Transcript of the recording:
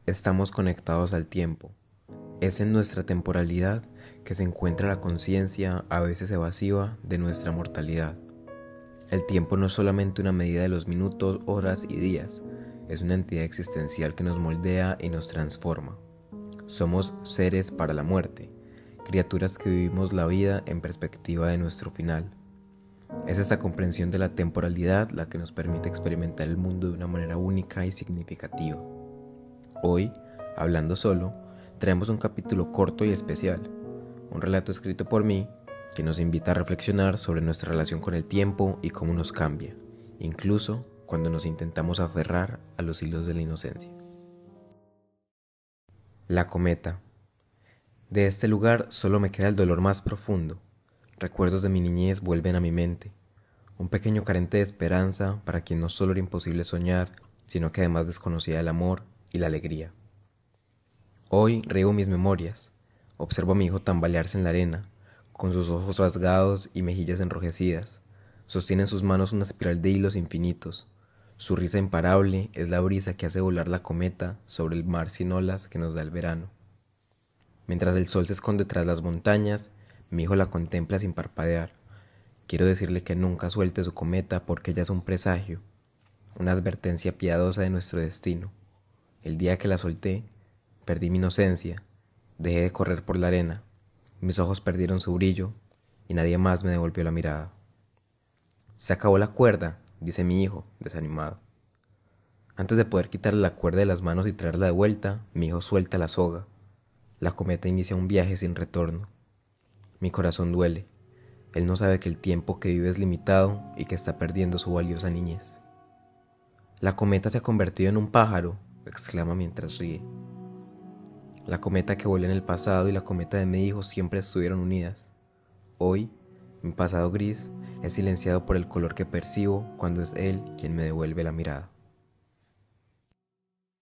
Estamos conectados al tiempo. Es en nuestra temporalidad que se encuentra la conciencia, a veces evasiva, de nuestra mortalidad. El tiempo no es solamente una medida de los minutos, horas y días, es una entidad existencial que nos moldea y nos transforma. Somos seres para la muerte, criaturas que vivimos la vida en perspectiva de nuestro final. Es esta comprensión de la temporalidad la que nos permite experimentar el mundo de una manera única y significativa. Hoy, hablando solo, traemos un capítulo corto y especial, un relato escrito por mí que nos invita a reflexionar sobre nuestra relación con el tiempo y cómo nos cambia, incluso cuando nos intentamos aferrar a los hilos de la inocencia. La cometa. De este lugar solo me queda el dolor más profundo. Recuerdos de mi niñez vuelven a mi mente. Un pequeño carente de esperanza para quien no solo era imposible soñar, sino que además desconocía el amor y la alegría. Hoy revivo mis memorias. Observo a mi hijo tambalearse en la arena, con sus ojos rasgados y mejillas enrojecidas. Sostiene en sus manos una espiral de hilos infinitos. Su risa imparable es la brisa que hace volar la cometa sobre el mar sin olas que nos da el verano. Mientras el sol se esconde tras las montañas, mi hijo la contempla sin parpadear. Quiero decirle que nunca suelte su cometa porque ella es un presagio, una advertencia piadosa de nuestro destino. El día que la solté, perdí mi inocencia, dejé de correr por la arena, mis ojos perdieron su brillo y nadie más me devolvió la mirada. Se acabó la cuerda, dice mi hijo, desanimado. Antes de poder quitarle la cuerda de las manos y traerla de vuelta, mi hijo suelta la soga. La cometa inicia un viaje sin retorno. Mi corazón duele. Él no sabe que el tiempo que vive es limitado y que está perdiendo su valiosa niñez. La cometa se ha convertido en un pájaro, exclama mientras ríe. La cometa que volé en el pasado y la cometa de mi hijo siempre estuvieron unidas. Hoy, mi pasado gris es silenciado por el color que percibo cuando es él quien me devuelve la mirada.